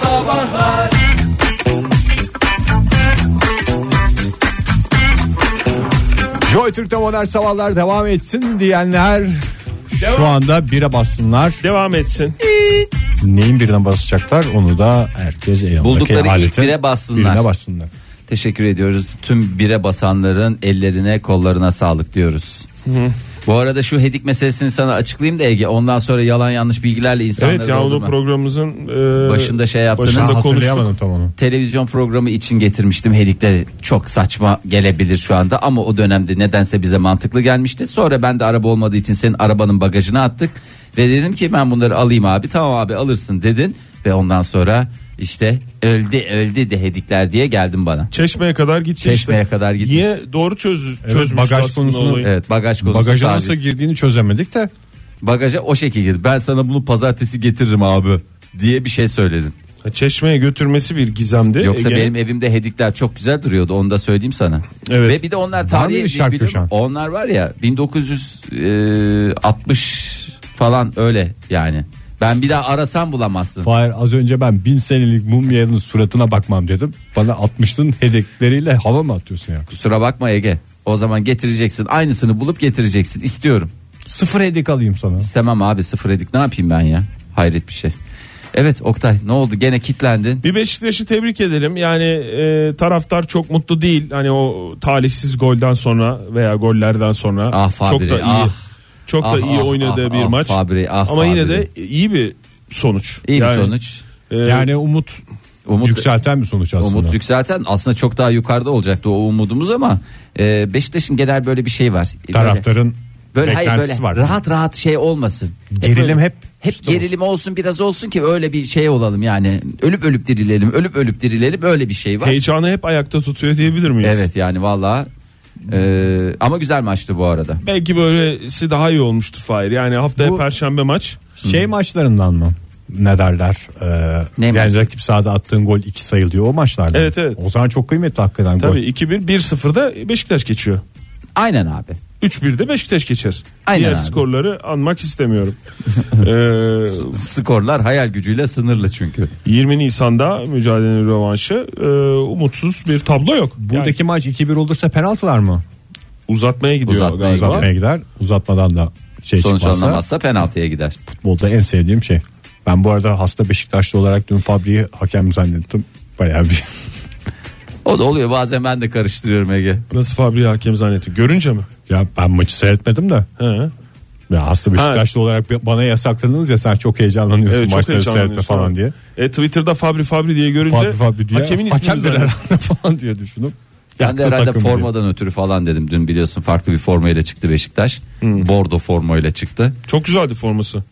Sabahlar. Joy Türk'te modern sabahlar devam etsin diyenler şu anda bire bassınlar. Devam etsin. Neyin birine basacaklar onu da herkes buldukları ilk bire bassınlar. Birine bassınlar. Teşekkür ediyoruz. Tüm bire basanların ellerine kollarına sağlık diyoruz. Bu arada şu hedik meselesini sana açıklayayım da Ege, ondan sonra yalan yanlış bilgilerle insanları Evet ya, onu programımızın başında şey yaptınız. Başında konuştuk. Tam onu. Televizyon programı için getirmiştim hedikleri. Çok saçma gelebilir şu anda ama o dönemde nedense bize mantıklı gelmişti. Sonra ben de araba olmadığı için senin arabanın bagajına attık ve dedim ki ben bunları alayım abi. Tamam abi alırsın dedin ve ondan sonra İşte öldü de hedikler diye geldim bana. Çeşme'ye kadar gitti. Çeşme'ye kadar gitmiş. Niye doğru çözmüş bagaj konusunu. Evet, bagaj konusu. Bagaja nasıl girdiğini çözemedik de. Bagaja o şekilde girdi. Ben sana bunu pazartesi getiririm abi diye bir şey söyledim. Çeşme'ye götürmesi bir gizemdi. Yoksa benim evimde hedikler çok güzel duruyordu, onu da söyleyeyim sana. Evet. Ve bir de onlar tarihi onlar var ya 1960 falan öyle yani. Ben bir daha arasam bulamazsın. Fahir, az önce ben 1000 senelik mumyanın suratına bakmam dedim. Bana 60'ın hedekleriyle hava mı atıyorsun ya? Kusura bakma Ege. O zaman getireceksin. Aynısını bulup getireceksin. İstiyorum. 0 hedik alayım sana. İstemem abi, 0 hedik. Ne yapayım ben ya? Hayret bir şey. Evet Oktay, ne oldu? Gene kitlendin. Bir Beşiktaş'ı tebrik edelim. Yani taraftar çok mutlu değil. Hani o talihsiz golden sonra veya gollerden sonra Fabri, çok da iyi. Çok da iyi oynadığı bir maç. Fabri, ama Fabri. Yine de iyi bir sonuç. İyi bir sonuç. Yani umut yükselten bir sonuç aslında. Umut yükselten, aslında çok daha yukarıda olacaktı o umudumuz ama Beşiktaş'ın genel böyle bir şey var. Taraftarın böyle beklentisi var. Rahat şey olmasın. Gerilim hep gerilim olsun, biraz olsun ki öyle bir şey olalım yani. Ölüp dirilelim öyle bir şey var. Heyecanı hep ayakta tutuyor diyebilir miyiz? Evet yani vallahi. Ama güzel maçtı bu arada. Belki böylesi daha iyi olmuştur Fahir. Yani haftaya Perşembe maç. Maçlarından mı? Ne derler? Yani rakip sahada attığın gol 2 sayılıyor o maçlarda. Evet. O zaman çok kıymetli hakikaten gol. Tabii 2-1, 1-0'da Beşiktaş geçiyor. Aynen abi. 3-1'de Beşiktaş geçer. Aynen Diğer abi. skorları anmak istemiyorum. Skorlar hayal gücüyle sınırlı çünkü. 20 Nisan'da mücadelenin rövanşı, umutsuz bir tablo yok. Buradaki maç 2-1 olursa penaltılar mı? Uzatmaya gidiyor galiba. Uzatmaya gider. Uzatmadan da sonuç alınamazsa penaltıya gider. Futbolda en sevdiğim şey. Ben bu arada hasta Beşiktaşlı olarak dün Fabri'yi hakem zannettim. Bayağı bir. O da oluyor bazen, ben de karıştırıyorum Ege. Nasıl Fabri'yi hakem zannettim? Görünce mi? Ya ben maçı seyretmedim de. He. Ya hasta Beşiktaşlı olarak bana yasakladınız ya, sen çok heyecanlanıyorsun, evet, maçları seyretme falan diye. Twitter'da Fabri diye görünce Fabri diye, hakemin ismini herhalde falan diye düşünüp. Ben de herhalde formadan ötürü falan dedim. Dün biliyorsun farklı bir formayla çıktı Beşiktaş. Bordo formayla çıktı. Çok güzeldi forması.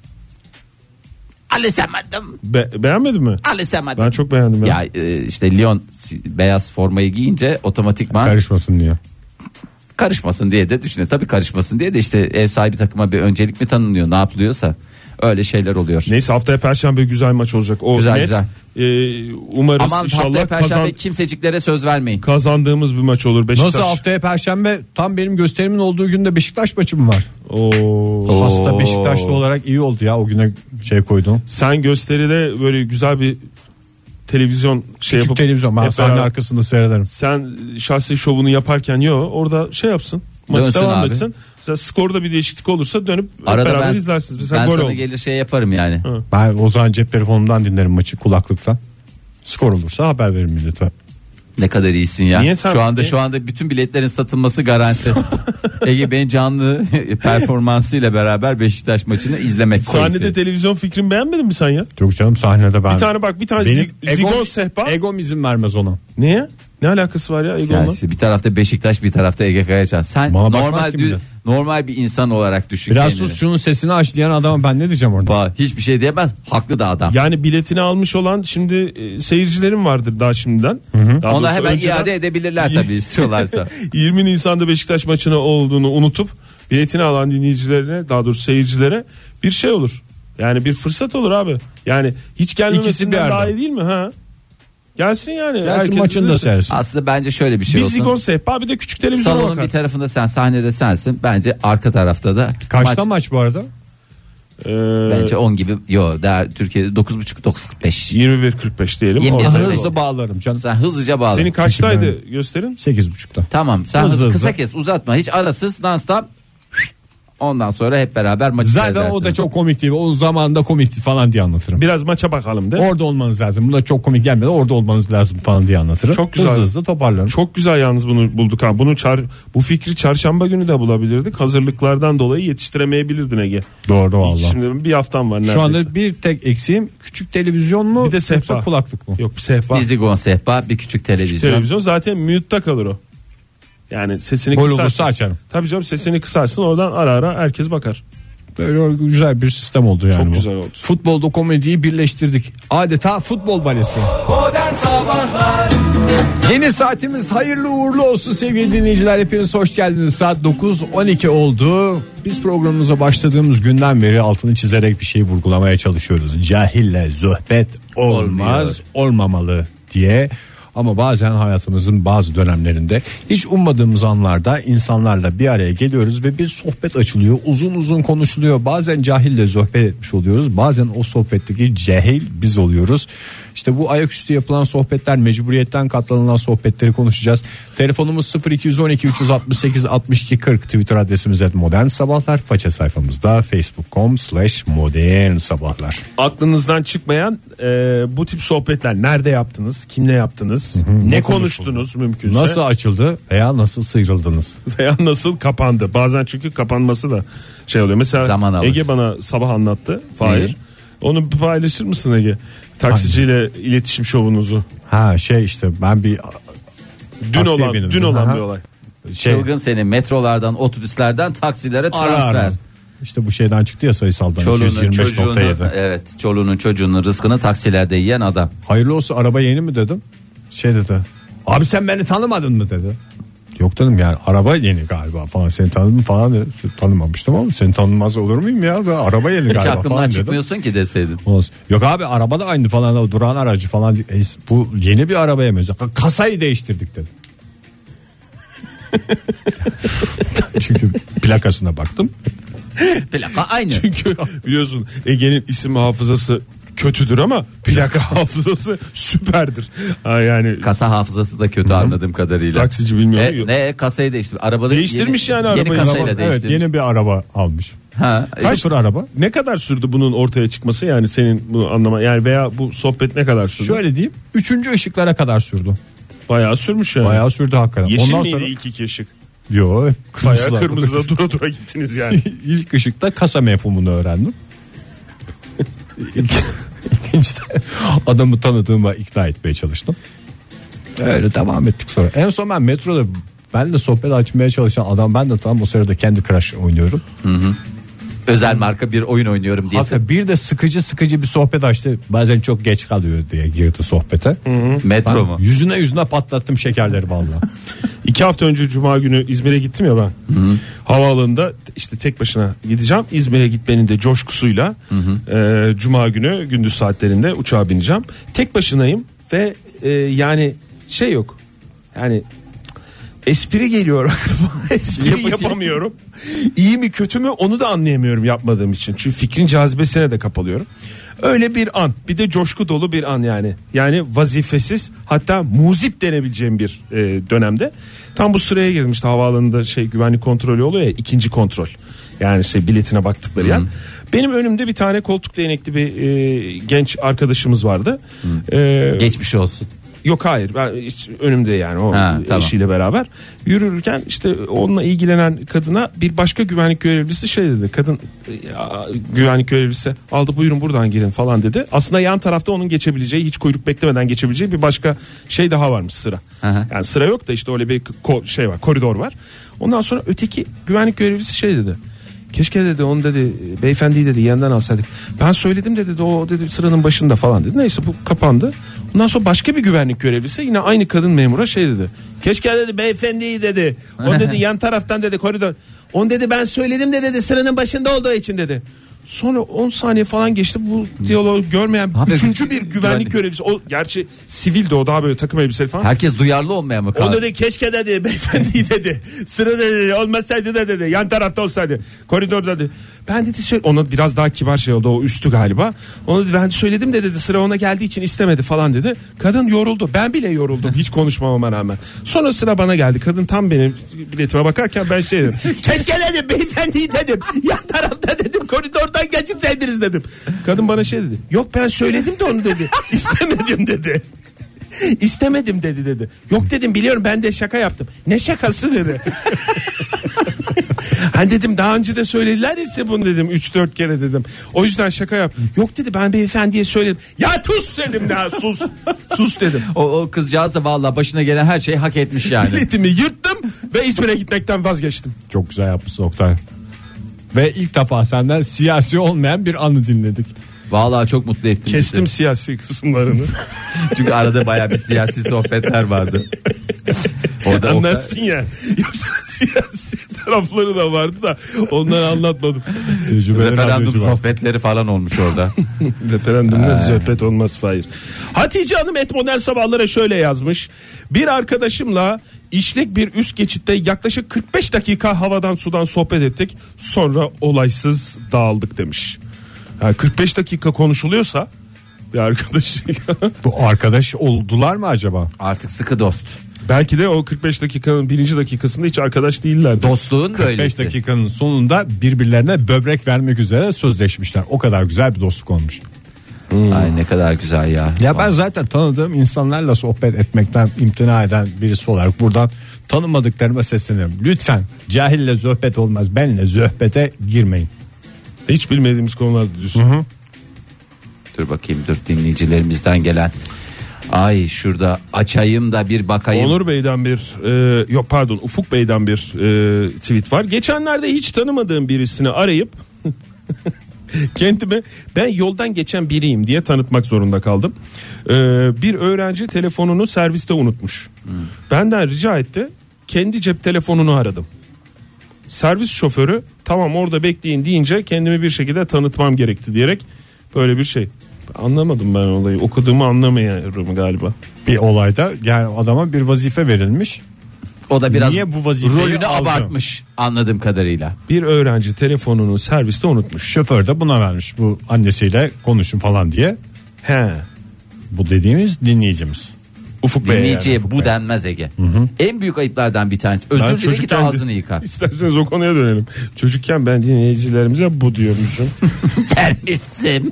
Alışamadım. Beğenmedin mi? Alışamadım. Ben çok beğendim ya. İşte Lyon beyaz formayı giyince otomatikman karışmasın diye. Karışmasın diye de düşünün. Tabii karışmasın diye de işte ev sahibi takıma bir öncelik mi tanınıyor, ne yapılıyorsa öyle şeyler oluyor. Neyse haftaya Perşembe güzel maç olacak. O güzel, net. Güzel. Umarız aman inşallah haftaya Perşembe kimseciklere söz vermeyin. Kazandığımız bir maç olur Beşiktaş. Nasıl haftaya Perşembe tam benim gösterimin olduğu günde Beşiktaş maçı mı var? Oo. Hasta Beşiktaşlı olarak iyi oldu ya, o güne şey koydum. Sen gösteride böyle güzel bir televizyon küçük yapıp, televizyon ben sahne arkasında seyrederim. Sen şahsi şovunu yaparken orada şey yapsın. Maçı devam etsin. Mesela skorda bir değişiklik olursa dönüp arada beraber izlersiniz. Mesela ben gol sana oldu. gelir şey yaparım yani. Hı. Ben o zaman cep telefonumdan dinlerim maçı kulaklıktan. Skor olursa haber verin millete. Ne kadar iyisin ya. Niye sen, şu anda bütün biletlerin satılması garanti. Ege Bey'in canlı performansıyla beraber Beşiktaş maçını izlemek sahnede koyusu. Televizyon fikrini beğenmedin mi sen ya? Çok canım, sahnede ben. Bir tane zigon sehpa. Egom izin vermez ona. Niye? Ne alakası var ya Ego'nun? Yani işte bir tarafta Beşiktaş, bir tarafta Ege Kayacan. Sen normal bir insan olarak düşün. Biraz kendini. sus, şunun sesini aç diyen adama ben ne diyeceğim orada? Hiçbir şey diyemez. Haklı da adam. Yani biletini almış olan şimdi seyircilerim vardır daha şimdiden. Onlar hemen iade edebilirler tabii istiyorlarsa. 20 Nisan'da Beşiktaş maçına olduğunu unutup biletini alan dinleyicilerine, daha doğrusu seyircilere bir şey olur. Yani bir fırsat olur abi. Yani hiç gelmemesinden daha iyi değil mi? Ha? Gelsin yani. Gelsin maçını da seyretsin. Aslında bence şöyle bir şey olsun. Bir zigon sehpa, bir de küçük televizyon bakar. Salonun bir tarafında sen, sahnede sensin. Bence arka tarafta da. Kaçta maç bu arada? Bence 10 gibi. Yo, daha Türkiye'de 9.30-9.45. 21.45 diyelim. 21. Hızlı bağlarım canım. Sen hızlıca bağla. Senin kaçtaydı gösterin? 8.30'da. Tamam, sen Hızlı kısa hızlı. kes, uzatma, hiç arasız, non-stop. Ondan sonra hep beraber maçı Zaten seyredersin. o da çok komik değil. O zamanında komikti falan diye anlatırım. Biraz maça bakalım de. Orada olmanız lazım. Bu da çok komik gelmedi. Orada olmanız lazım falan diye anlatırım. Çok güzel. Hızlı hızlı toparlarım. Çok güzel yalnız bunu bulduk ha. Bu fikri çarşamba günü de bulabilirdik. Hazırlıklardan dolayı yetiştiremeyebilirdin Ege. Doğru valla. Şimdi bir haftam var neredeyse. Şu anda bir tek eksiğim küçük televizyon mu? Bir de sehpa. Yoksa kulaklık mı? Yok bir sehpa. Bizigon sehpa, bir küçük televizyon. Televizyon zaten mute'da kalır o. Yani sesini Gol kısarsın. olursa açarım. Tabii canım, sesini kısarsın, oradan ara ara herkes bakar. Böyle güzel bir sistem oldu yani. Çok bu. güzel oldu. Futbolda komediyi birleştirdik. Adeta futbol balesi. Yeni saatimiz hayırlı uğurlu olsun sevgili dinleyiciler. Hepiniz hoş geldiniz. Saat 9:12 oldu. Biz programımıza başladığımız günden beri altını çizerek bir şey vurgulamaya çalışıyoruz. Cahille sohbet olmaz, olmamalı diye. Ama bazen hayatımızın bazı dönemlerinde hiç ummadığımız anlarda insanlarla bir araya geliyoruz ve bir sohbet açılıyor. Uzun uzun konuşuluyor. Bazen cahille sohbet etmiş oluyoruz. Bazen o sohbetteki cahil biz oluyoruz. İşte bu ayaküstü yapılan sohbetler, mecburiyetten katlanılan sohbetleri konuşacağız. Telefonumuz 0212 368 62 40, Twitter adresimiz @modernsabahlar, faça sayfamızda facebook.com/modernsabahlar. Aklınızdan çıkmayan bu tip sohbetler nerede yaptınız, kimle yaptınız, ne konuştunuz mümkünse, Nasıl açıldı veya nasıl sıyrıldınız? veya nasıl kapandı. Bazen çünkü kapanması da şey oluyor. Mesela Zaman alır. Ege bana sabah anlattı. Fahir. Neyi? Onu paylaşır mısın Ege? Taksiciyle iletişim şovunuzu. Ha işte ben bir Dün taksiye olan bindim. dün olan Aha. bir olay. Çılgın senin, metrolardan, otobüslerden taksilere Ara transfer. ara. İşte bu şeyden çıktı ya, sayısaldan Çoluğunun 225.7. evet, çoluğunun çocuğunun rızkını taksilerde yiyen adam. Hayırlı olsun, araba yeni mi dedim. Şey dedi. Abi sen beni tanımadın mı dedi. Yok dedim, yani araba yeni galiba falan, seni tanıdım falan dedi. Tanımamıştım ama seni tanımaz olur muyum ya? Araba yeni Hiç galiba aklımdan falan dedim. çıkmıyorsun ki deseydin. Olsun. Yok abi, araba da aynı falan, o duran aracı falan. Bu yeni bir arabaya mı? Kasayı değiştirdik dedi. Çünkü plakasına baktım. Plaka aynı. Çünkü biliyorsun Ege'nin isim hafızası kötüdür ama plaka hafızası süperdir. Ha yani Kasa hafızası da kötü anladığım kadarıyla. taksici bilmiyorum. Ne kasayı değiştirmiş. Arabanın Değiştirmiş yeni, yani yeni arabayı. kasayla Evet, değiştirmiş. yeni bir araba almış. Ha, Sıfır araba. Ne kadar sürdü bunun ortaya çıkması, yani senin bunu anlama, yani veya bu sohbet ne kadar sürdü? Şöyle diyeyim, 3. ışıklara kadar sürdü. Bayağı sürmüş yani. Bayağı sürdü hakikaten. Yeşil Ondan miydi sonra ilk iki ışık? Yo, Bayağı kırmızıda dura dura gittiniz yani. İlk ışıkta kasa mefhumunu öğrendim. İkincide adamı tanıdığıma ikna etmeye çalıştım. Öyle devam ettik sonra. En son ben metroda benimle sohbet açmaya çalışan adam, ben de tam o sırada kendi Crush oynuyorum. özel marka bir oyun oynuyorum diye. Hatta bir de sıkıcı bir sohbet açtı. Bazen çok geç kalıyor diye girdi sohbete. Metro mu? Yüzüne patlattım şekerleri vallahi. 2 hafta önce Cuma günü İzmir'e gittim ya ben. Havaalanında işte tek başına gideceğim. İzmir'e gitmenin de coşkusuyla Cuma günü gündüz saatlerinde uçağa bineceğim. Tek başınayım ve yani şey yok. Yani espri geliyor aklıma. Espri yapamıyorum. İyi mi kötü mü onu da anlayamıyorum yapmadığım için. Çünkü fikrin cazibesine de kapalıyorum. Öyle bir an, bir de coşku dolu bir an yani. Yani vazifesiz, hatta muzip denebileceğim bir dönemde. Tam bu sıraya girmişti havaalanında, güvenlik kontrolü oluyor ya, ikinci kontrol. Yani biletine baktıkları yer. Benim önümde bir tane koltuk değnekli bir genç arkadaşımız vardı. Geçmiş olsun. Yok hayır, ben hiç önümde yani o Ha, tamam. eşiyle beraber yürürken işte onunla ilgilenen kadına bir başka güvenlik görevlisi dedi. Kadın güvenlik görevlisi aldı, buyurun buradan girin falan dedi. Aslında yan tarafta onun geçebileceği, hiç kuyruk beklemeden geçebileceği bir başka daha varmış, sıra. Aha. Yani sıra yok da işte öyle bir var, koridor var. Ondan sonra öteki güvenlik görevlisi dedi. Keşke dedi onu dedi beyefendiyi dedi yandan alsaydık. Ben söyledim dedi o dedi sıranın başında falan dedi. Neyse bu kapandı. Ondan sonra başka bir güvenlik görevlisi yine aynı kadın memura dedi. Keşke dedi beyefendiyi dedi. O dedi yan taraftan dedi koridor. On dedi ben söyledim de dedi sıranın başında olduğu için dedi. Sonra 10 saniye falan geçti, bu diyaloğu görmeyen üçüncü bir güvenlik görevlisi. O gerçi sivildi, o daha böyle takım elbiseli falan. Herkes duyarlı olmaya mı kaldı? O dedi keşke dedi beyefendi dedi sıra dedi olmasaydı da dedi yan tarafta olsaydı koridorda dedi. Ben dedi ona biraz daha kibar şey oldu, o üstü galiba. Ona dedi ben söyledim de dedi sıra ona geldiği için istemedi falan dedi. Kadın yoruldu, ben bile yoruldum hiç konuşmamama rağmen. Sonra sıra bana geldi, kadın tam benim biletime bakarken ben şey dedim. Keşke dedim beyefendi dedim, yan tarafta dedim, koridordan geçirseydiniz dedim. Kadın bana şey dedi, yok ben söyledim de onu dedi, istemedim dedi. İstemedim dedi. Yok dedim, biliyorum ben de şaka yaptım. Ne şakası dedi. Hani dedim daha önce de söylediler ya size bunu dedim 3-4 kere dedim. O yüzden şaka yap. Yok dedi, ben beyefendiye söyledim. Ya tus dedim ya, sus. Sus dedim. O kızcağız da vallahi başına gelen her şeyi hak etmiş yani. Biletimi yırttım ve İzmir'e gitmekten vazgeçtim. Çok güzel yapmışsın Oktay. Ve ilk defa senden siyasi olmayan bir anı dinledik. Vallahi çok mutlu ettin. Kestim siyasi kısımlarını. Çünkü arada bayağı bir siyasi sohbetler vardı. Orada anlarsın ya. Yoksa siyasi tarafları da vardı da onları anlatmadım. Referandum sohbetleri falan olmuş orada. Referandumda sohbet olmaz Fahir. Hatice Hanım Modern Sabahlara şöyle yazmış. Bir arkadaşımla işlek bir üst geçitte yaklaşık 45 dakika havadan sudan sohbet ettik. Sonra olaysız dağıldık demiş. Yani 45 dakika konuşuluyorsa bir arkadaşıyla. Bu arkadaş oldular mı acaba? Artık sıkı dost. Belki de o 45 dakikanın birinci dakikasında hiç arkadaş değiller. Dostluğun 45 böylesi. dakikanın sonunda birbirlerine böbrek vermek üzere sözleşmişler. O kadar güzel bir dostluk olmuş. Ay ne kadar güzel ya. Ya ben zaten tanıdığım insanlarla sohbet etmekten imtina eden birisi olarak buradan tanımadıklarıma sesleniyorum. Lütfen cahille sohbet olmaz, benimle sohbete girmeyin. Hiç bilmediğimiz konularda diyorsun. Dur bakayım, dinleyicilerimizden gelen. Ay şurada açayım da bir bakayım. Onur Bey'den Ufuk Bey'den bir tweet var. Geçenlerde hiç tanımadığım birisini arayıp kendime ben yoldan geçen biriyim diye tanıtmak zorunda kaldım. Bir öğrenci telefonunu serviste unutmuş. Benden rica etti. Kendi cep telefonunu aradım. Servis şoförü tamam orada bekleyin deyince kendimi bir şekilde tanıtmam gerekti diyerek böyle bir şey. Anlamadım ben olayı. Okuduğumu anlamıyorum galiba. Bir olayda yani adama bir vazife verilmiş. O da biraz niye bu vazifeyi rolünü aldı? abartmış anladığım kadarıyla. Bir öğrenci telefonunu serviste unutmuş. Şoför de buna vermiş, bu annesiyle konuşun falan diye. He. Bu dediğimiz dinleyicimiz. Ufuk Bey. Dinleyiciye Yani. bu denmez Ege. En büyük ayıplardan bir tanesi. Özür dile git ağzını yıka. İsterseniz o konuya dönelim. Çocukken ben dinleyicilerimize bu diyormuşum. Dermişsin.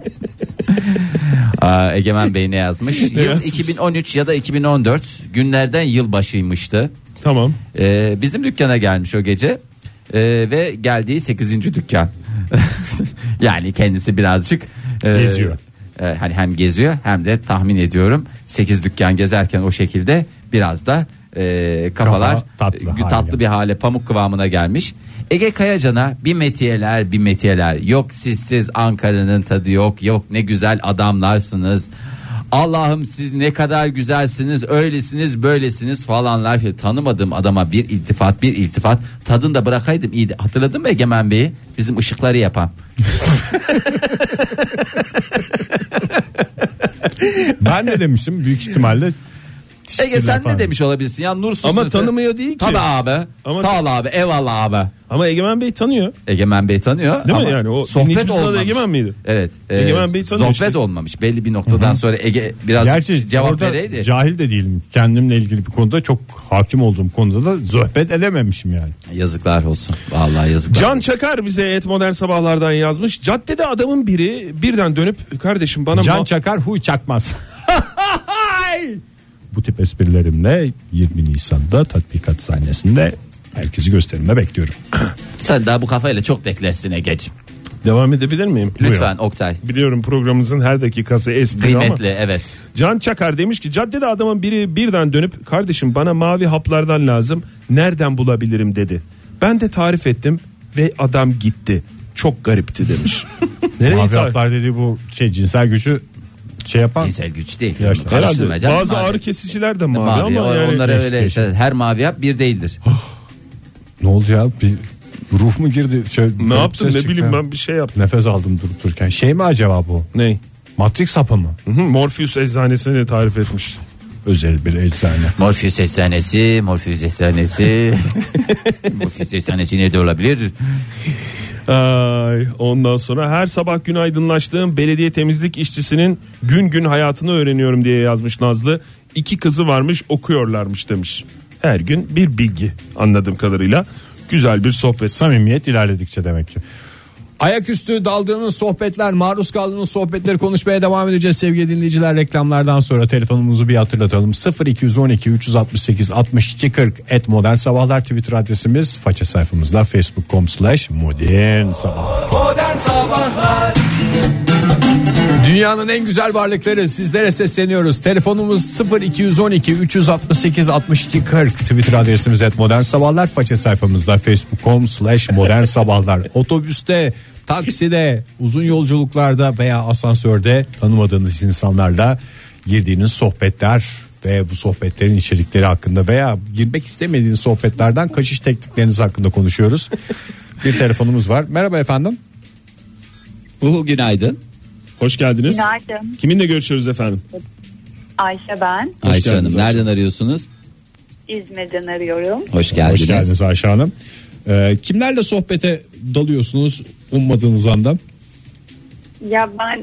Egemen Bey ne yazmış? Yıl 2013 ya da 2014 günlerden yılbaşıymıştı. Tamam. Bizim dükkana gelmiş o gece. Ve geldiği 8. dükkan. Yani kendisi birazcık geziyor. Hani hem geziyor hem de tahmin ediyorum 8 dükkan gezerken o şekilde biraz da kafalar tatlı bir hale, pamuk kıvamına gelmiş. Ege Kayacan'a bir metiyeler yok sizsiz Ankara'nın tadı yok ne güzel adamlarsınız. Allah'ım siz ne kadar güzelsiniz, öylesiniz böylesiniz falanlar. Tanımadığım adama bir iltifat tadını da bırakaydım iyiydi. Hatırladın mı Egemen Bey'i, bizim ışıkları yapan? Ben de demişim büyük ihtimalle. Ege sen ne demiş olabilirsin ya, nursuz. Ama tanımıyor değil ki. Tabii abi. Ama sağ ol abi, eyvallah abi. Ama Egemen Bey tanıyor. Egemen Bey tanıyor. Değil ama mi yani? O sohbet olmamış. Egemen miydi? Evet. Egemen Bey tanıyor sohbet işte. olmamış. Belli bir noktadan sonra Ege biraz Gerçi cevap vereydi. Cahil de değilim. Kendimle ilgili bir konuda çok hakim olduğum konuda da sohbet edememişim yani. Yazıklar olsun. Vallahi yazıklar. Can Çakar bize Modern Sabahlardan yazmış. Caddede adamın biri birden dönüp kardeşim bana Can Çakar huy çakmaz. Bu tip esprilerimle 20 Nisan'da tatbikat sahnesinde herkesi gösterimde bekliyorum. Sen daha bu kafayla çok beklersin Ege'ciğim. Devam edebilir miyim? Lütfen Buyurun. Oktay. Biliyorum programımızın her dakikası espri Kıymetli ama. evet. Can Çakar demiş ki caddede adamın biri birden dönüp kardeşim bana mavi haplardan lazım, nereden bulabilirim dedi. Ben de tarif ettim ve adam gitti. Çok garipti demiş. Mavi haplar dediği bu cinsel gücü yapan. Cinsel güç değil. Herhalde. Bazı ağrı kesiciler de mavi ama yani onlara öyle işte, her mavi hap bir değildir. Ne oldu ya? Bir ruh mu girdi? Ne yaptın ne bileyim ben bir şey yaptım. Nefes aldım durup dururken. Şey mi acaba bu? Ne? Matrix hapı mı? Morpheus eczanesini tarif etmiş. Özel bir eczane. Morpheus eczanesi. Morpheus eczanesi nerede olabilir? Ondan sonra her sabah gün aydınlaştığım belediye temizlik işçisinin gün gün hayatını öğreniyorum diye yazmış Nazlı. 2 kızı varmış, okuyorlarmış demiş. Her gün bir bilgi anladığım kadarıyla. Güzel bir sohbet. Samimiyet ilerledikçe demek ki. Ayaküstü daldığınız sohbetler, maruz kaldığınız sohbetleri konuşmaya devam edeceğiz sevgili dinleyiciler. Reklamlardan sonra telefonumuzu bir hatırlatalım. 0212 368 62 40 @Modern Sabahlar Twitter adresimiz, faça sayfamızda facebook.com/Modern Sabahlar. Modern Sabahlar. Dünyanın en güzel varlıkları, sizlere sesleniyoruz. Telefonumuz 0212 368 62 40. Twitter adresimiz @Modern Sabahlar. Faça sayfamızda facebook.com/Modern Sabahlar. Otobüste, takside, uzun yolculuklarda veya asansörde tanımadığınız insanlarla girdiğiniz sohbetler ve bu sohbetlerin içerikleri hakkında veya girmek istemediğiniz sohbetlerden kaçış teknikleriniz hakkında konuşuyoruz. Bir telefonumuz var. Merhaba efendim. Günaydın. Hoş geldiniz. Günaydın. Kiminle görüşüyoruz efendim? Ayşe ben. Ayşe Hanım, nereden arıyorsunuz? İzmir'den arıyorum. Hoş geldiniz. Hoş geldiniz Ayşe Hanım. Kimlerle sohbete dalıyorsunuz ummadığınız anda? Ya ben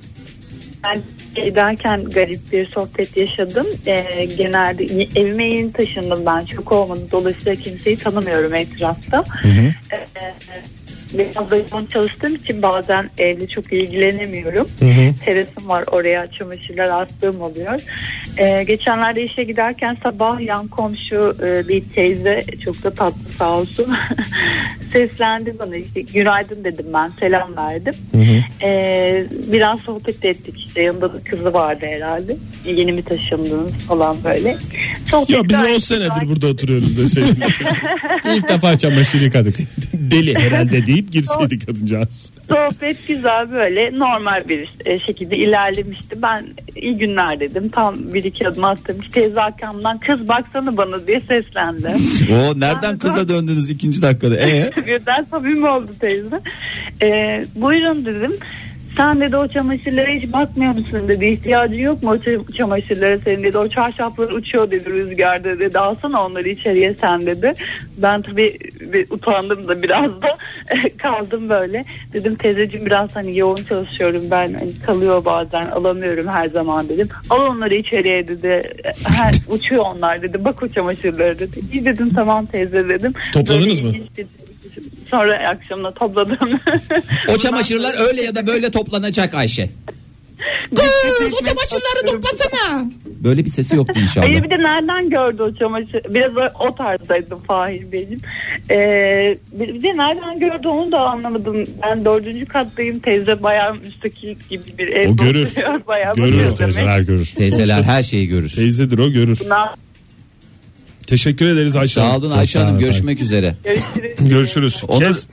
giderken garip bir sohbet yaşadım. Genelde evime yeni taşındım ben. Çok olmadı. Dolayısıyla kimseyi tanımıyorum etrafta. Biraz da yoğun çalıştığım için bazen evde çok ilgilenemiyorum. Terasım var, oraya çamaşırlar astığım oluyor. Geçenlerde işe giderken sabah yan komşu bir teyze, çok da tatlı sağ olsun, seslendi bana, işte günaydın dedim, ben selam verdim. Biraz sohbet ettik, işte yanında da kızı vardı herhalde, yeni mi taşındınız falan böyle. Ya biz 10 senedir burada oturuyoruz deseydin. İlk defa çamaşır yıkadık. Deli herhalde deyip girseydi kadıncağız. Sohbet güzel, böyle normal bir şekilde ilerlemişti. Ben iyi günler dedim, tam 1-2 adım attım. Teyze arkamdan kız baksana bana diye seslendi. Nereden kıza döndünüz 2. dakikada? Birden samimi oldu teyze. Buyurun dedim. Sen dedi o çamaşırlara hiç bakmıyor musun dedi. İhtiyacın yok mu o çamaşırlara senin dedi. O çarşaflar uçuyor dedi rüzgarda dedi. Alsana onları içeriye sen dedi. Ben tabii utandım da biraz da kaldım böyle. Dedim teyzeciğim biraz hani yoğun çalışıyorum ben. Hani kalıyor bazen, alamıyorum her zaman dedim. Al onları içeriye dedi. Uçuyor onlar dedi. Bak o çamaşırlara dedi. İyi dedim, tamam teyze dedim. Topladınız mı? Sonra akşamına topladım. O çamaşırlar öyle ya da böyle toplanacak Ayşe. Kız o çamaşırları toplasana. Böyle bir sesi yoktu inşallah. Hayır, bir de nereden gördü o çamaşır? Biraz o tarzdaydım Fahir Bey'im. Bir de nereden gördü onu da anlamadım. Ben 4. kattayım, teyze bayağı müstakil gibi bir ev. O görür. Bayağı görür, teyzeler görür. Teyzeler her şeyi görür. Teyzedir o, görür. Teşekkür ederiz Ayşe Hanım. Sağ olun Ayşe Hanım, görüşmek üzere. Görüşürüz.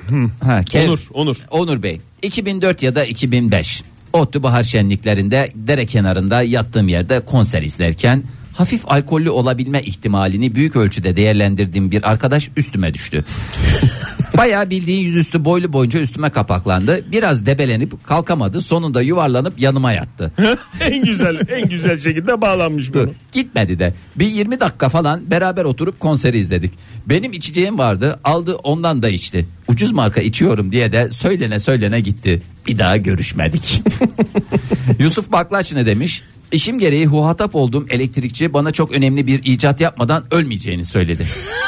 Onur Bey, 2004 ya da 2005 ODTÜ bahar şenliklerinde dere kenarında yattığım yerde konser izlerken hafif alkollü olabilme ihtimalini büyük ölçüde değerlendirdiğim bir arkadaş üstüme düştü. Bayağı bildiğin yüzüstü boylu boyunca üstüme kapaklandı. Biraz debelenip kalkamadı. Sonunda yuvarlanıp yanıma yattı. en güzel şekilde bağlanmış bunu. Gitmedi de. Bir 20 dakika falan beraber oturup konseri izledik. Benim içeceğim vardı. Aldı ondan da içti. Ucuz marka içiyorum diye de söylene gitti. Bir daha görüşmedik. Yusuf Baklaç ne demiş? İşim gereği muhatap olduğum elektrikçi bana çok önemli bir icat yapmadan ölmeyeceğini söyledi.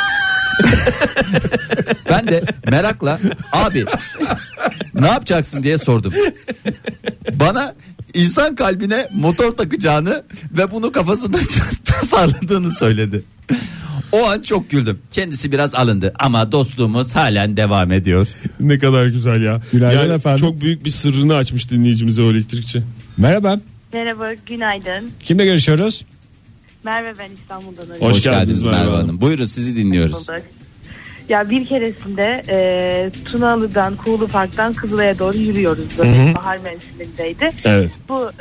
Ben de merakla abi ne yapacaksın diye sordum. Bana insan kalbine motor takacağını ve bunu kafasında tasarladığını söyledi. O an çok güldüm. Kendisi biraz alındı ama dostluğumuz halen devam ediyor. Ne kadar güzel ya. Günaydın efendim. Çok büyük bir sırrını açmış dinleyicimize o elektrikçi. Merhaba. Merhaba, günaydın. Kimle görüşüyoruz? Merve, ben İstanbul'dan arıyorum. Hoş geldiniz Merve Hanım. Buyurun, sizi dinliyoruz. Ya bir keresinde Tunalı'dan, Kuğulu Park'tan Kızılay'a doğru yürüyoruz. Böyle bahar mevsimindeydi. Evet. Bu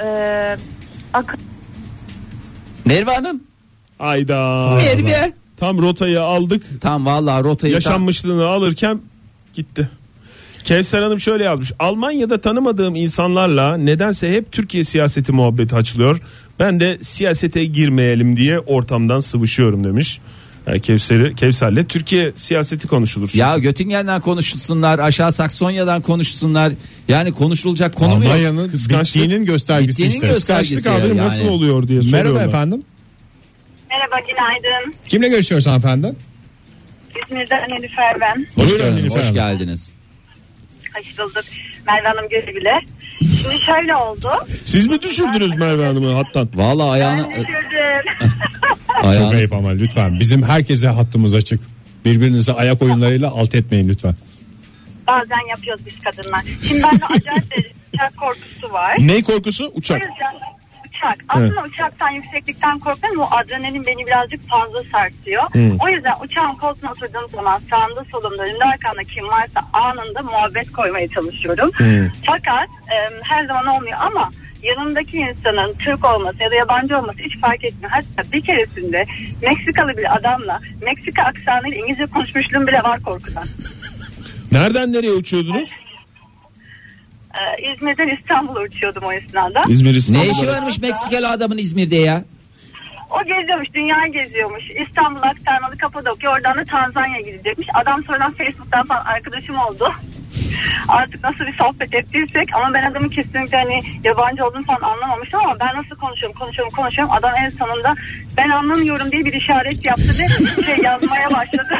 Merve Hanım. Ayda. Merve. Tam rotayı aldık. Tam vallahi rotayı yaşanmışlığını alırken gitti. Kevser Hanım şöyle yazmış. Almanya'da tanımadığım insanlarla nedense hep Türkiye siyaseti muhabbeti açılıyor. Ben de siyasete girmeyelim diye ortamdan sıvışıyorum demiş. Yani Kevser'le Türkiye siyaseti konuşulur. Ya Göttingen'den konuşsunlar, aşağı Saksonya'dan konuşsunlar. Yani konuşulacak konu mu yok? Almanya'nın bittiğinin göstergesi işte. Kıskançlık abi yani. nasıl oluyor diye soruyorlar. Merhaba efendim. Merhaba, günaydın. Kimle görüşüyoruz hanımefendi? İzmir'den Nilüfer ben. Hoş geldiniz. Hoş bulduk. Merve Hanım güle güle. Şimdi şöyle oldu. Siz mi düşürdünüz Merve Hanım'ı hattan? Vallahi ayağını... Ben düşürdüm. Çok ayıp ama lütfen. Bizim herkese hattımız açık. Birbirinize ayak oyunlarıyla alt etmeyin lütfen. Bazen yapıyoruz biz kadınlar. Şimdi bende acayip bir uçak korkusu var. Ney korkusu? Uçak. O yüzden uçak. Aslında uçaktan, yükseklikten korkmuyorum. O adrenalin beni birazcık fazla sarsıyor. O yüzden uçağın koltuğuna oturduğum zaman sağımda solumda önümde arkamda kim varsa anında muhabbet koymaya çalışıyorum. Fakat her zaman olmuyor ama yanımdaki insanın Türk olması ya da yabancı olması hiç fark etmiyor. Hatta bir keresinde Meksikalı bir adamla Meksika aksanıyla İngilizce konuşmuşluğum bile var korkudan. Nereden nereye uçuyordunuz? İzmir'den İstanbul'a uçuyordum o esnada. İstanbul. Ne işi varmış Meksikalı adamın İzmir'de ya? O geziyormuş, dünyayı geziyormuş. İstanbul aktarmalı Kapadokya, oradan da Tanzanya'ya gidecekmiş. Adam sonradan Facebook'tan falan arkadaşım oldu. Artık nasıl bir sohbet ettiysek ama ben adamın kesinlikle hani yabancı olduğunu falan anlamamıştım ama ben nasıl konuşuyorum. Adam en sonunda ben anlamıyorum diye bir işaret yaptı ve yazmaya başladı.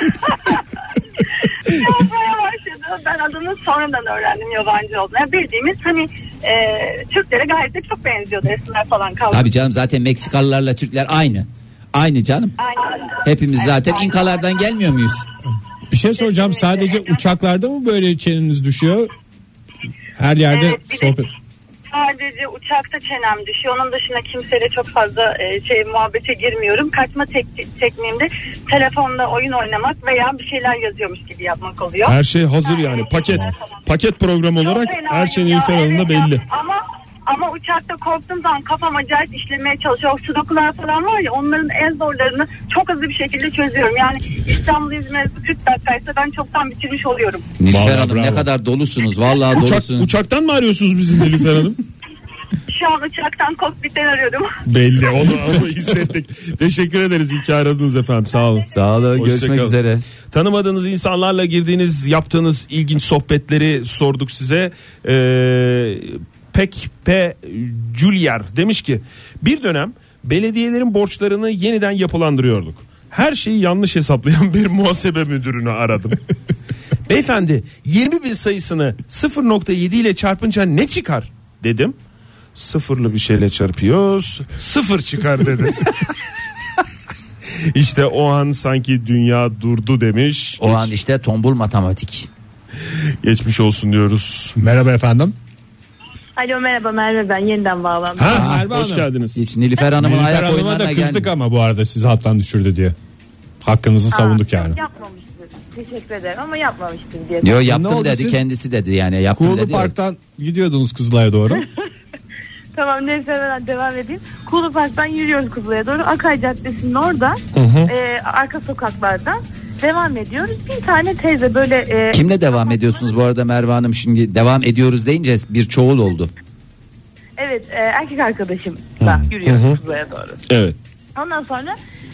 Ben adını sonradan öğrendim yabancı olduğunu. Yani bildiğimiz hani Türklere gayet de çok benziyordu, resimler falan kaldı. Tabii canım, zaten Meksikalılarla Türkler aynı. Aynı canım. Aynen. Hepimiz zaten İnkalardan gelmiyor muyuz? Bir şey soracağım, sadece uçaklarda mı böyle çeneniz düşüyor? Her yerde sohbet. Sadece uçakta çenem düşüyor. Onun dışında kimseyle çok fazla muhabbete girmiyorum. Kaçma tekniğimde telefonda oyun oynamak veya bir şeyler yazıyormuş gibi yapmak oluyor. Her şey hazır yani. Paket program olarak her şey Nilüfer Hanım'da belli. Ama uçakta korktuğum zaman kafam acayip işlemeye çalışıyor. O sudokular falan var ya, onların en zorlarını çok hızlı bir şekilde çözüyorum. Yani İstanbul İzmir 40 dakikaysa ben çoktan bitirmiş oluyorum. Nilüfer Hanım bravo. Ne kadar dolusunuz. Vallahi dolusunuz. Uçaktan mı arıyorsunuz bizi Nilüfer Hanım? Şu an uçaktan kokpitten arıyorum. Belli, onu hissettik. Teşekkür ederiz, iyi ki aradınız efendim, sağ olun. Sağ olun, görüşmek üzere. Tanımadığınız insanlarla yaptığınız ilginç sohbetleri sorduk size. P. Julier demiş ki bir dönem belediyelerin borçlarını yeniden yapılandırıyorduk. Her şeyi yanlış hesaplayan bir muhasebe müdürünü aradım. Beyefendi 20.000 sayısını 0.7 ile çarpınca ne çıkar dedim. Sıfırlı bir şeyle çarpıyoruz, sıfır çıkar dedi. İşte o an sanki dünya durdu demiş. O an işte tombul matematik. Geçmiş olsun diyoruz. Merhaba efendim. Alo, merhaba, Merve ben, yeniden bağlandım. Merve hoş geldiniz. Hiç Nilüfer Hanım'ın ayak oyunlarına da kızdık ama bu arada sizi hattan düşürdü diye. Hakkınızı savunduk yani. Yapmamıştır. Teşekkür ederim ama yapmamıştır diye. Yo, yaptım dedi, kendisi dedi yani, yaptım Kuğulu dedi. Park'tan gidiyordunuz Kızılay'a doğru. Tamam, neyse ben devam edeyim. Kuğulu Park'tan yürüyoruz Kızılay'a doğru. Akay Caddesi'nin orada arka sokaklardan devam ediyoruz. Bir tane teyze böyle... Kimle devam ediyorsunuz bu arada Merve Hanım? Şimdi devam ediyoruz deyince bir çoğul oldu. Evet, erkek arkadaşımla yürüyoruz Kızılay'a doğru. Evet. Ondan sonra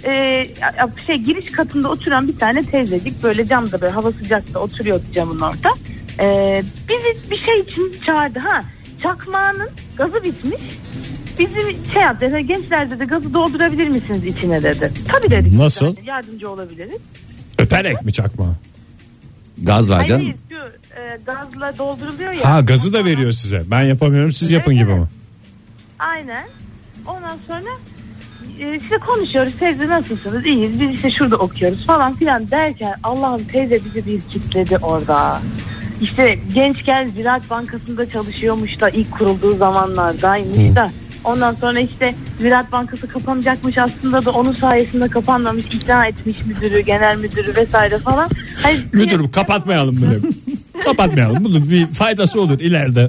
giriş katında oturan bir tane teyzecik böyle camda, böyle hava sıcakta oturuyordu camın orada. Bizi bir şey için çağırdı. Çakmağının gazı bitmiş. Bizim yaptı. Gençler dedi, gazı doldurabilir misiniz içine dedi. Tabii dedik. Nasıl? Yardımcı olabiliriz. Öperek mi çakmağı? Gaz var canım. Hayır, gazla dolduruluyor ya. Ha, gazı da veriyor size. Ben yapamıyorum, siz yapın gibi mi? Aynen. Ondan sonra işte konuşuyoruz. Teyze nasılsınız? İyiyiz. Biz işte şurada okuyoruz falan filan derken Allah'ım, teyze bizi bir kilitledi orada. İşte gençken Ziraat Bankası'nda çalışıyormuş da ilk kurulduğu zamanlardaymış da. Ondan sonra işte Ziraat Bankası kapanacakmış, aslında da onun sayesinde kapanmamış, ikna etmiş müdürü, genel müdürü vesaire falan. Müdürüm kapatmayalım bunu. Kapatmayalım. Bunun bir faydası olur ileride.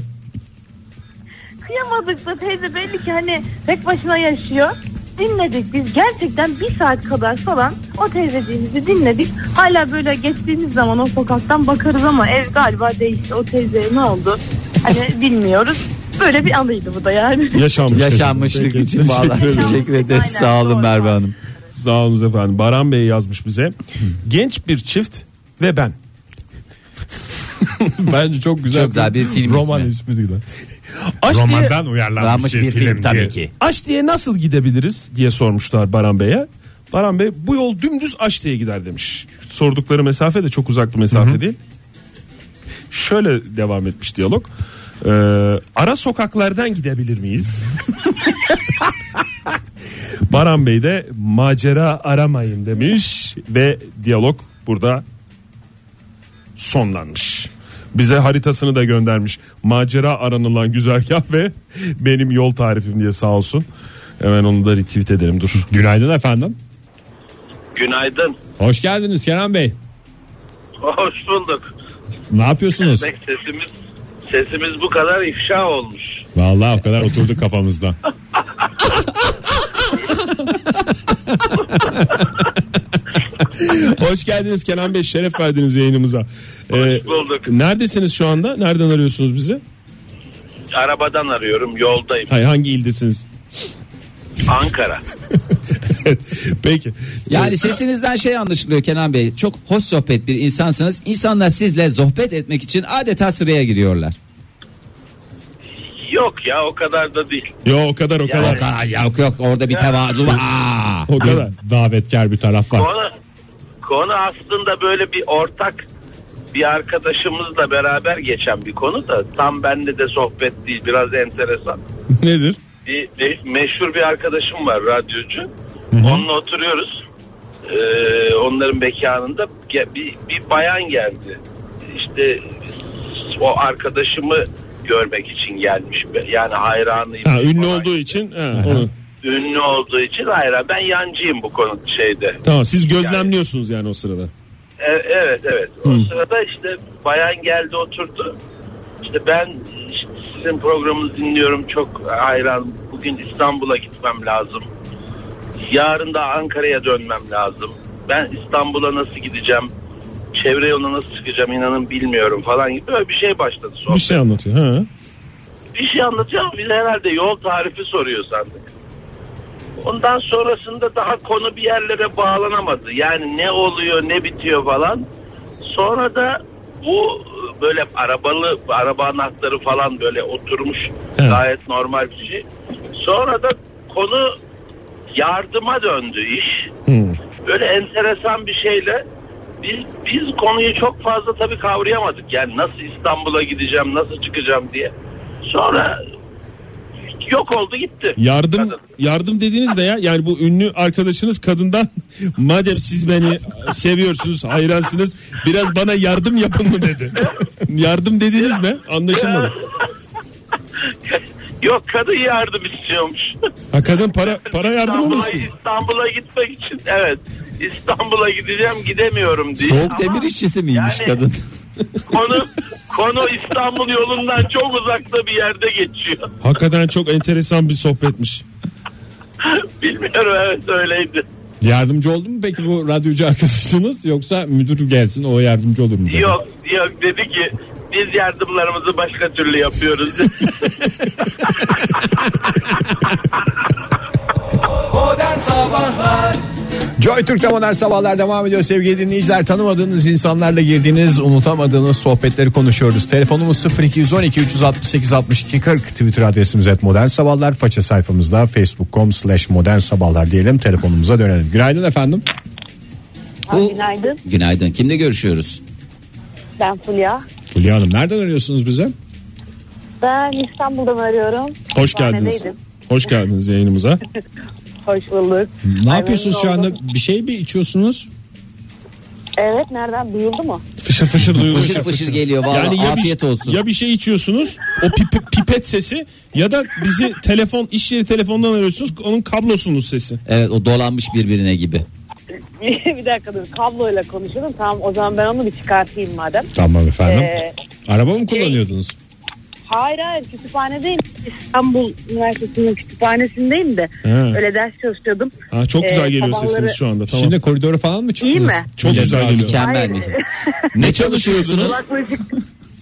Kıyamadık da teyze belli ki hani tek başına yaşıyor. Dinledik biz gerçekten bir saat kadar falan o teyzeciğimizi dinledik. Hala böyle geçtiğimiz zaman o sokaktan bakarız ama ev galiba değişti. O teyzeye ne oldu? Hani bilmiyoruz. Böyle bir anıydı bu da yani. Yaşanmışlık için vallahi teşekkür ederiz. Sağ olun Merve Hanım. Sağ olun efendim. Baran Bey yazmış bize. Genç bir çift ve ben. Bence çok güzel bir film roman ismi değil. Romandan uyarlanmış bir film tabii ki. Aşti'ye nasıl gidebiliriz diye sormuşlar Baran Bey'e. Baran Bey bu yol dümdüz Aşti'ye gider demiş. Sordukları mesafe de çok uzak bir mesafe değil. Şöyle devam etmiş diyalog. Ara sokaklardan gidebilir miyiz? Baran Bey de macera aramayın demiş ve diyalog burada sonlanmış. Bize haritasını da göndermiş. Macera aranılan güzergah ve benim yol tarifim diye sağ olsun. Hemen onu da retweet edelim dur. Günaydın efendim. Günaydın. Hoş geldiniz Kenan Bey. Hoş bulduk. Ne yapıyorsunuz? Sesimiz bu kadar ifşa olmuş. Vallahi o kadar oturdu kafamızda. Hoş geldiniz Kenan Bey, şeref verdiniz yayınımıza. Hoş bulduk. Neredesiniz şu anda? Nereden arıyorsunuz bizi? Arabadan arıyorum, yoldayım. Hayır, hangi ildesiniz? Ankara. Peki. Yani sesinizden şey anlaşılıyor Kenan Bey. Çok hoş sohbet bir insansınız. İnsanlar sizle sohbet etmek için adeta sıraya giriyorlar. Yok ya, o kadar da değil. Yok o kadar. Yok orada bir tevazu var. O kadar. Davetkar bir taraf var. Konu aslında böyle bir ortak bir arkadaşımızla beraber geçen bir konu da tam bende de sohbet değil, biraz enteresan. Nedir? Bir meşhur bir arkadaşım var, radyocu. Hı-hı. Onunla oturuyoruz. Onların mekanında bir bayan geldi. İşte o arkadaşımı görmek için gelmiş. Yani hayranıyım. Ünlü olduğu için. Onu. Ünlü olduğu için hayran. Ben yancıyım bu konu şeyde. Tamam, siz gözlemliyorsunuz yani o sırada. Evet. O sırada işte bayan geldi, oturdu. İşte ben sizin programınızı dinliyorum, çok hayran. Bugün İstanbul'a gitmem lazım. Yarın da Ankara'ya dönmem lazım. Ben İstanbul'a nasıl gideceğim? Çevre yoluna nasıl çıkacağım inanın bilmiyorum falan gibi böyle bir şey başladı sohbet. Bir şey anlatıyor. Ha. Bir şey anlatacağım. Biz herhalde yol tarifi soruyor sandık. Ondan sonrasında daha konu bir yerlere bağlanamadı. Yani ne oluyor, ne bitiyor falan. Sonra da bu böyle araba anahtarı falan böyle oturmuş. Evet. Gayet normal bir şey. Sonra da konu yardıma döndü iş. Böyle enteresan bir şeyle biz konuyu çok fazla tabii kavrayamadık. Yani nasıl İstanbul'a gideceğim, nasıl çıkacağım diye. Sonra yok oldu gitti. Yardım dediğiniz de ya, yani bu ünlü arkadaşınız kadından madem siz beni seviyorsunuz, hayransınız, biraz bana yardım yapın mı dedi. Yardım dediğiniz ne? Anlaşılmadı. Yok, kadın yardım istiyormuş. Ha, kadın para yardım mı istiyor? İstanbul'a gitmek için, evet. İstanbul'a gideceğim, gidemiyorum diye. Soğuk demir işçisi miymiş yani, kadın? Konu İstanbul yolundan çok uzakta bir yerde geçiyor. Hakikaten çok enteresan bir sohbetmiş. Bilmiyorum, evet öyleydi. Yardımcı oldu mu peki bu radyocu arkadaşınız, yoksa müdür gelsin o yardımcı olur mu dedi? Yok dedi ki biz yardımlarımızı başka türlü yapıyoruz. Modern Sabahlar. Joy Türk'te Modern Sabahlar devam ediyor sevgili dinleyiciler. Tanımadığınız insanlarla girdiğiniz, unutamadığınız sohbetleri konuşuyoruz. Telefonumuz 0212 368 62 40. Twitter adresimiz @Modern Sabahlar. Faça sayfamızda facebook.com/Modern Sabahlar diyelim. Telefonumuza dönelim. Günaydın efendim. Günaydın. Günaydın. Kimle görüşüyoruz? Ben Fulya. Fulya Hanım, nereden arıyorsunuz bize? Ben İstanbul'dan arıyorum. Hoş geldiniz. Hoş geldiniz yayınımıza. Hoş bulduk. Ne yapıyorsunuz şu anda? Bir şey mi içiyorsunuz? Evet, nereden duyuldu mu? Fışır fışır duyuluyor. Fışır geliyor vallahi, yani afiyet olsun. Ya bir şey içiyorsunuz, o pipet sesi, ya da bizi iş yeri telefondan arıyorsunuz, onun kablosunuz sesi. Evet, o dolanmış birbirine gibi. Bir dakika dur, kabloyla konuşalım. Tamam, o zaman ben onu bir çıkartayım madem. Tamam efendim. Araba mı kullanıyordunuz? Hayır, kütüphanedeyim. İstanbul Üniversitesi'nin kütüphanesindeyim de. Öyle ders çalışıyordum. Çok güzel geliyor sesiniz şu anda. Tamam. Şimdi koridoru falan mı çıktınız? İyi mi? Çok güzel geliyor. Mükemmel mi? Ne çalışıyorsunuz?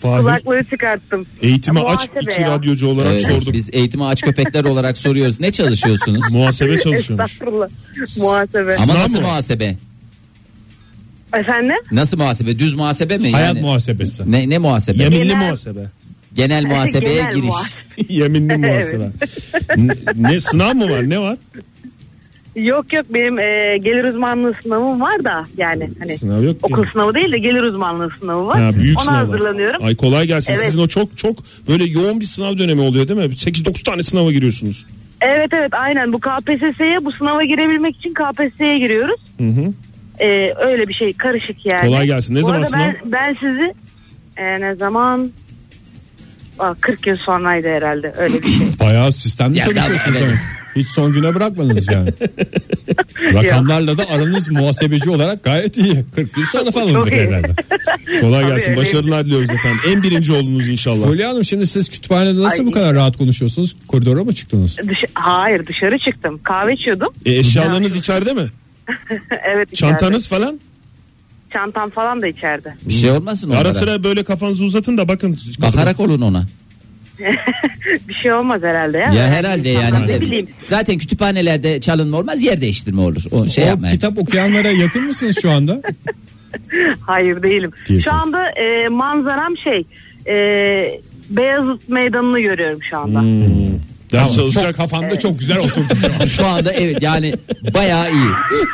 Kulaklığı çıkarttım. Eğitimi aç Muhasebe iki ya. radyocu olarak Evet, sorduk. biz eğitimi aç köpekler olarak soruyoruz. Ne çalışıyorsunuz? Muhasebe çalışıyormuş. Estağfurullah. Muhasebe. Ama Sınav nasıl mı? muhasebe? Efendim? Nasıl muhasebe? Düz muhasebe mi? Hayat Yani, muhasebesi. ne muhasebe? Yeminli Genel- muhasebe. Genel muhasebeye Genel giriş. muhasebe. Yeminli muhasebe. Ne sınav mı var? Ne var? Yok benim gelir uzmanlığı sınavım var da yani hani Sınav yok ki. okul sınavı değil de gelir uzmanlığı sınavı var. Ha, büyük Ona sınav var. hazırlanıyorum. Ay kolay gelsin. Evet. Sizin o çok böyle yoğun bir sınav dönemi oluyor değil mi? 8-9 tane sınava giriyorsunuz. Evet aynen bu KPSS'ye bu sınava girebilmek için KPSS'ye giriyoruz. Hı. Öyle bir şey karışık yani. Kolay gelsin. Ne bu zaman arada sınav? ben sizi ne zaman 40 gün sonraydı herhalde öyle bir şey. Bayağı sistemli Ya, çalışıyorsunuz evet. demek. Hiç son güne bırakmadınız yani. Rakamlarla da aranız muhasebeci olarak gayet iyi. 40 gün sonra Çok falandır iyi. herhalde. Kolay Tabii, gelsin. öyle. Başarılar diliyoruz efendim. En birinci oldunuz inşallah. Fulya Hanım, şimdi siz kütüphanede nasıl Ay, bu kadar rahat konuşuyorsunuz? Koridora mı çıktınız? Hayır dışarı çıktım kahve içiyordum. Eşyalarınız içeride mi? Evet içeride. Çantanız falan? Çantam falan da içeride. Bir şey olmasın onlara. Ara sıra böyle kafanızı uzatın da bakın. Bakarak olun ona. Bir şey olmaz herhalde ya. Ya herhalde yani. Ne bileyim. Zaten kütüphanelerde çalınma olmaz, yer değiştirme olur. O şey O yapmayın. kitap okuyanlara yakın mısınız şu anda? Hayır değilim. Değilsiniz. Şu anda manzaram Beyazıt Meydanı'nı görüyorum şu anda. Ders Tamam, çalışacak. çok kafamda çok güzel oturdu şu an. Şu anda evet yani bayağı iyi.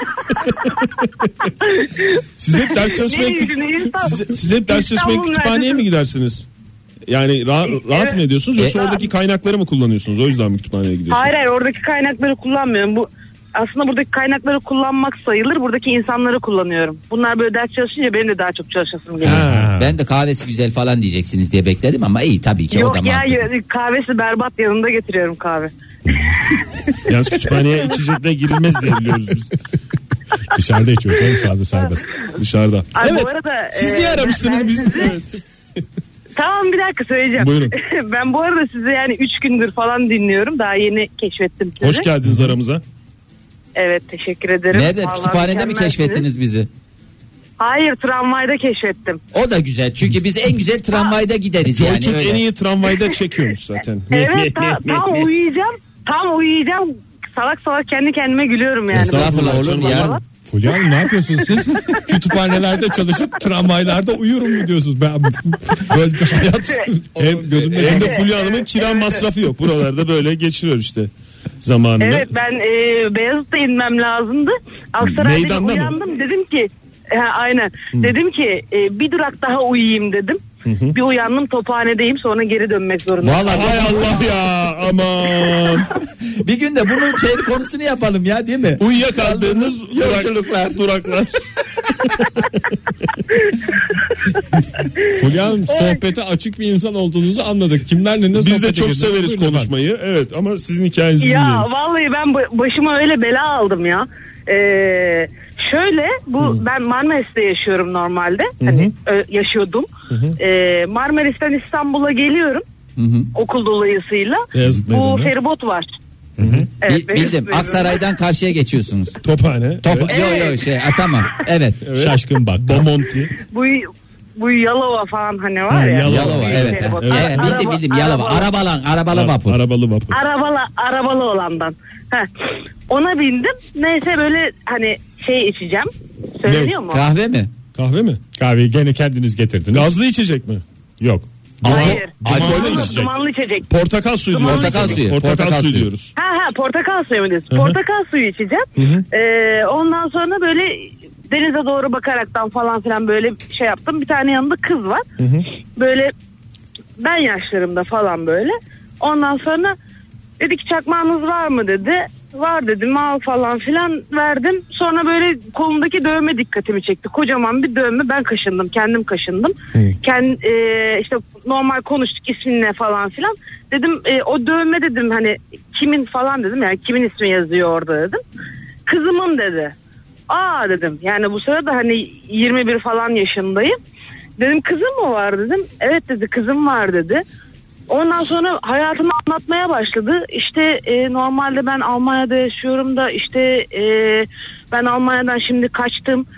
Siz hep ders çalışmaya siz hep ders çalışmaya İstanbul kütüphaneye mi gidersiniz? Yani rahat mı ediyorsunuz yoksa Evet. oradaki kaynakları mı kullanıyorsunuz? O yüzden mi kütüphaneye gidiyorsunuz? Hayır oradaki kaynakları kullanmıyorum. Aslında buradaki kaynakları kullanmak sayılır. Buradaki insanları kullanıyorum. Bunlar böyle ders çalışınca benim de daha çok çalışasım geliyor. Ha. Ben de kahvesi güzel falan diyeceksiniz diye bekledim ama iyi tabii ki o Yok da ya mantıklı. kahvesi berbat, yanında getiriyorum kahve. Yalnız kütüphaneye içecekle girilmez diye biliyoruz biz. Dışarıda içiyor canım, şu anda serbest. Dışarıda. Ay, evet. bu arada, Siz niye aramıştınız ben bizi? sizi- Evet. Tamam bir dakika söyleyeceğim. Buyurun. Ben bu arada sizi yani 3 gündür falan dinliyorum. Daha yeni keşfettim sizi. Hoş geldiniz aramıza. Evet teşekkür ederim. Nerede, Vallahi kütüphanede mi mükemmelsiniz. keşfettiniz bizi? Hayır tramvayda keşfettim. O da güzel çünkü biz en güzel tramvayda gideriz yani Joytürk öyle. en iyi tramvayda çekiyormuş zaten. Evet tam uyuyacağım. Salak salak kendi kendime gülüyorum yani. Estağfurullah olur mu ya? Fulya Hanım, ne yapıyorsunuz siz? Kütüphanelerde çalışıp tramvaylarda uyurum mu diyorsunuz? Ben böyle bir hayat gözümde. Hem de Fulya Hanım'ın kira masrafı yok. Buralarda böyle geçiriyor işte zamanını. Evet ben Beyazıt'ta inmem lazımdı. Aksaray'da Meydanda mı? uyandım dedim ki aynen. Dedim ki bir durak daha uyuyayım dedim. Bir uyandım Tophane'deyim, sonra geri dönmek zorundayım. Vallahi Hay Allah ya, aman. bir gün de bunun konusunu yapalım ya, değil mi? Uyuyakaldığınız duraklar. Fulya Hanım, sohbete açık bir insan olduğunuzu anladık. Kimlerle ne Biz sohbete de çok girdiniz? severiz Buyurun konuşmayı. Evet ama sizin hikayenizi Ya dinleyelim. vallahi ben başıma öyle bela aldım ya. Şöyle ben Marmaris'te yaşıyorum normalde. Hani yaşıyordum. Marmaris'ten İstanbul'a geliyorum. Okul dolayısıyla. Beyazıt Bu Meydanı'na. feribot var. Evet, Bildim. Aksaray'dan karşıya geçiyorsunuz. Tophane. Yok tamam. Evet. Şaşkın bak. Bomonti. Bu Yalova falan hani var ya. Yalova evet. Feribot. Evet, bildim Yalova. Arabalı vapur. Arabalı vapur. Arabalı olandan. Ona bindim. Neyse böyle hani içeceğim. Söyleniyor mu? Kahve mi? Kahve mi? Kahveyi gene kendiniz getirdiniz. Gazlı içecek mi? Yok. Hayır. Alkollü içecek. Dumanlı içecek. Portakal suyu Dumanlı diyoruz. içecek. Portakal suyu diyoruz. Portakal suyu mu diyorsun? Portakal suyu içeceğim. Ondan sonra böyle denize doğru bakaraktan falan filan böyle şey yaptım. Bir tane yanında kız var. Böyle ben yaşlarımda falan böyle. Ondan sonra dedi ki çakmağınız var mı dedi. Var dedim, al falan filan verdim. Sonra böyle kolumdaki dövme dikkatimi çekti. Kocaman bir dövme, ben kaşındım, kendim kaşındım. İşte normal konuştuk, ismin ne falan filan. Dedim o dövme dedim hani kimin falan dedim, yani kimin ismi yazıyor orada dedim. Kızımın dedi. Aa dedim, yani bu sırada hani 21 falan yaşındayım. Dedim kızım mı var dedim. Evet dedi, kızım var dedi. Ondan sonra hayatımı anlatmaya başladı. İşte normalde ben Almanya'da yaşıyorum da işte ben Almanya'dan şimdi kaçtım.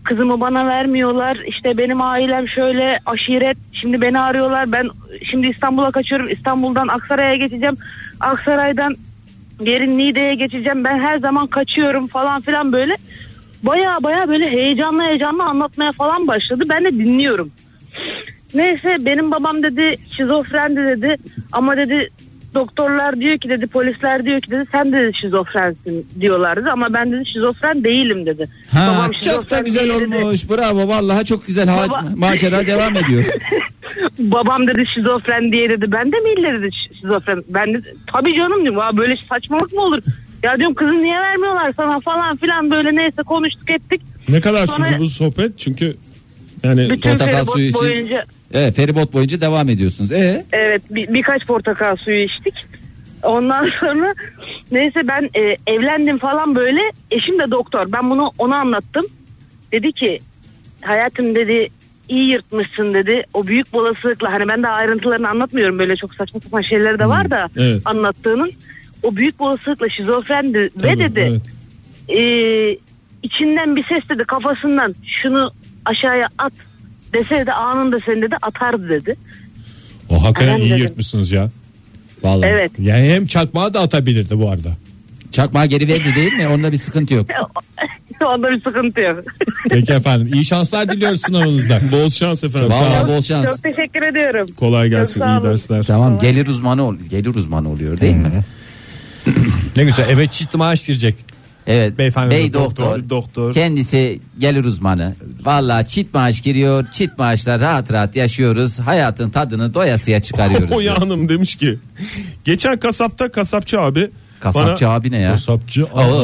kızımı bana vermiyorlar. İşte benim ailem şöyle aşiret. Şimdi beni arıyorlar. Ben şimdi İstanbul'a kaçıyorum. İstanbul'dan Aksaray'a geçeceğim. Aksaray'dan geri Niğde'ye geçeceğim. Ben her zaman kaçıyorum falan filan böyle. Baya böyle heyecanlı anlatmaya falan başladı. Ben de dinliyorum. Neyse benim babam dedi şizofrendi dedi. Ama dedi doktorlar diyor ki dedi, polisler diyor ki dedi, sen dedi şizofrensin diyorlardı ama ben dedi şizofren değilim dedi. Babam çok da güzel olmuş. Dedi. Bravo vallahi çok güzel. Macera devam ediyor. Babam dedi şizofren diye dedi. Ben de mi illa dedi şizofren? Ben de tabii canım diyorum. Aa, böyle saçmalık mı olur? Ya diyorum kızı niye vermiyorlar sana falan filan böyle neyse konuştuk ettik. Ne kadar sürdü bu sohbet? Çünkü yani bütün feribot boyunca. Evet, feribot boyunca devam ediyorsunuz. Evet, birkaç portakal suyu içtik. Ondan sonra neyse ben evlendim falan böyle. Eşim de doktor. Ben bunu ona anlattım. Dedi ki hayatım dedi iyi yırtmışsın dedi. O büyük olasılıkla hani ben de ayrıntılarını anlatmıyorum. Böyle çok saçma sapan şeyler de var da evet. Anlattığının. O büyük olasılıkla şizofrendi ve dedi içinden bir ses dedi kafasından şunu aşağıya at deseydi anında seni dedi atardı dedi. O hakikaten iyi yırtmışsınız ya. Vallahi. Evet. Yani hem çakmağı da atabilirdi bu arada. Çakmağı geri verdi değil mi? Onda bir sıkıntı yok. Onda bir sıkıntı yok. Peki efendim. İyi şanslar diliyoruz sınavınızda. Bol şans efendim. Vallahi bol şans. Çok teşekkür ediyorum. Kolay gelsin. İyi dersler. Tamam. Gelir uzmanı oluyor değil mi? Ne güzel. Evet çift maaş girecek. Evet. Beyefendi Bey doktor. Kendisi gelir uzmanı. Vallahi çift maaş giriyor. Çift maaşla rahat yaşıyoruz. Hayatın tadını doyasıya çıkarıyoruz. O ya hanım demiş ki geçen kasapta kasapçı abi. Kasapçı abi ne ya? Kasapçı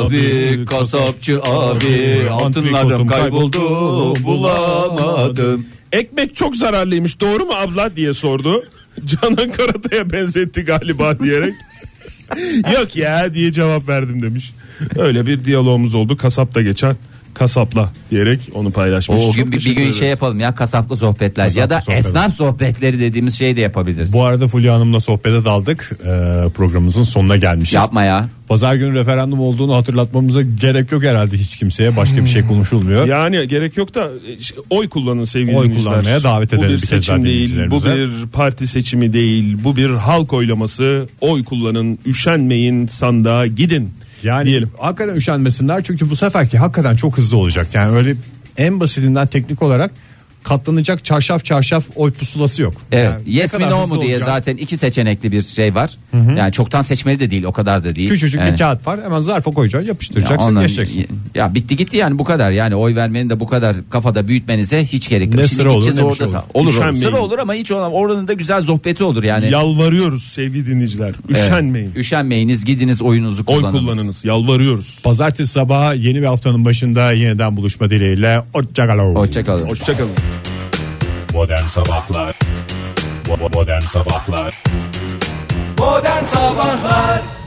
abi altınlarım kayboldu bulamadım. Ekmek çok zararlıymış doğru mu abla diye sordu. Canan Karatay'a benzetti galiba diyerek. Yok ya diye cevap verdim demiş. Öyle bir diyalogumuz oldu. Kasapta geçen kasapla diyerek onu paylaşmış. O gün bir gün şey yapalım ya kasaplı sohbetler ya da esnaf sohbetleri dediğimiz şeyi de yapabiliriz. Bu arada Fulya Hanım'la sohbete daldık. Programımızın sonuna gelmişiz. Yapma ya. Pazar günü referandum olduğunu hatırlatmamıza gerek yok herhalde hiç kimseye. Başka bir şey konuşulmuyor. Yani gerek yok da oy kullanın sevgili oy dinleyiciler. Kullanmaya davet edelim. Bu bir seçim değil, bu bir parti seçimi değil, bu bir halk oylaması. Oy kullanın, üşenmeyin, sandığa gidin. Yani diyelim. Hakikaten üşenmesinler çünkü bu seferki hakikaten çok hızlı olacak. Yani öyle en basitinden teknik olarak katlanacak çarşaf oy pusulası yok. Evet. Yani yes mi no mu diye olacak. Zaten 2 seçenekli bir şey var. Hı-hı. Yani çoktan seçmeli de değil, o kadar da değil. Küçücük bir kağıt var. Hemen zarfa koyacaksın, yapıştıracaksın, geçeceksin. Ya bitti gitti yani bu kadar. Yani oy vermenin de bu kadar kafada büyütmenize hiç gerek yok. Ne sıra olur, ne bir şey olur. Sıra olur ama hiç oranın da güzel sohbeti olur yani. Yalvarıyoruz sevgili dinleyiciler. Üşenmeyin. Evet. Üşenmeyiniz, gidiniz oyunuzu kullanınız. Oy kullanınız. Yalvarıyoruz. Pazartesi sabahı yeni bir haftanın başında yeniden buluşma dileğiyle. Hoşçakalın. Hoşçakalın. Modern Sabahlar. Modern Sabahlar. Modern Sabahlar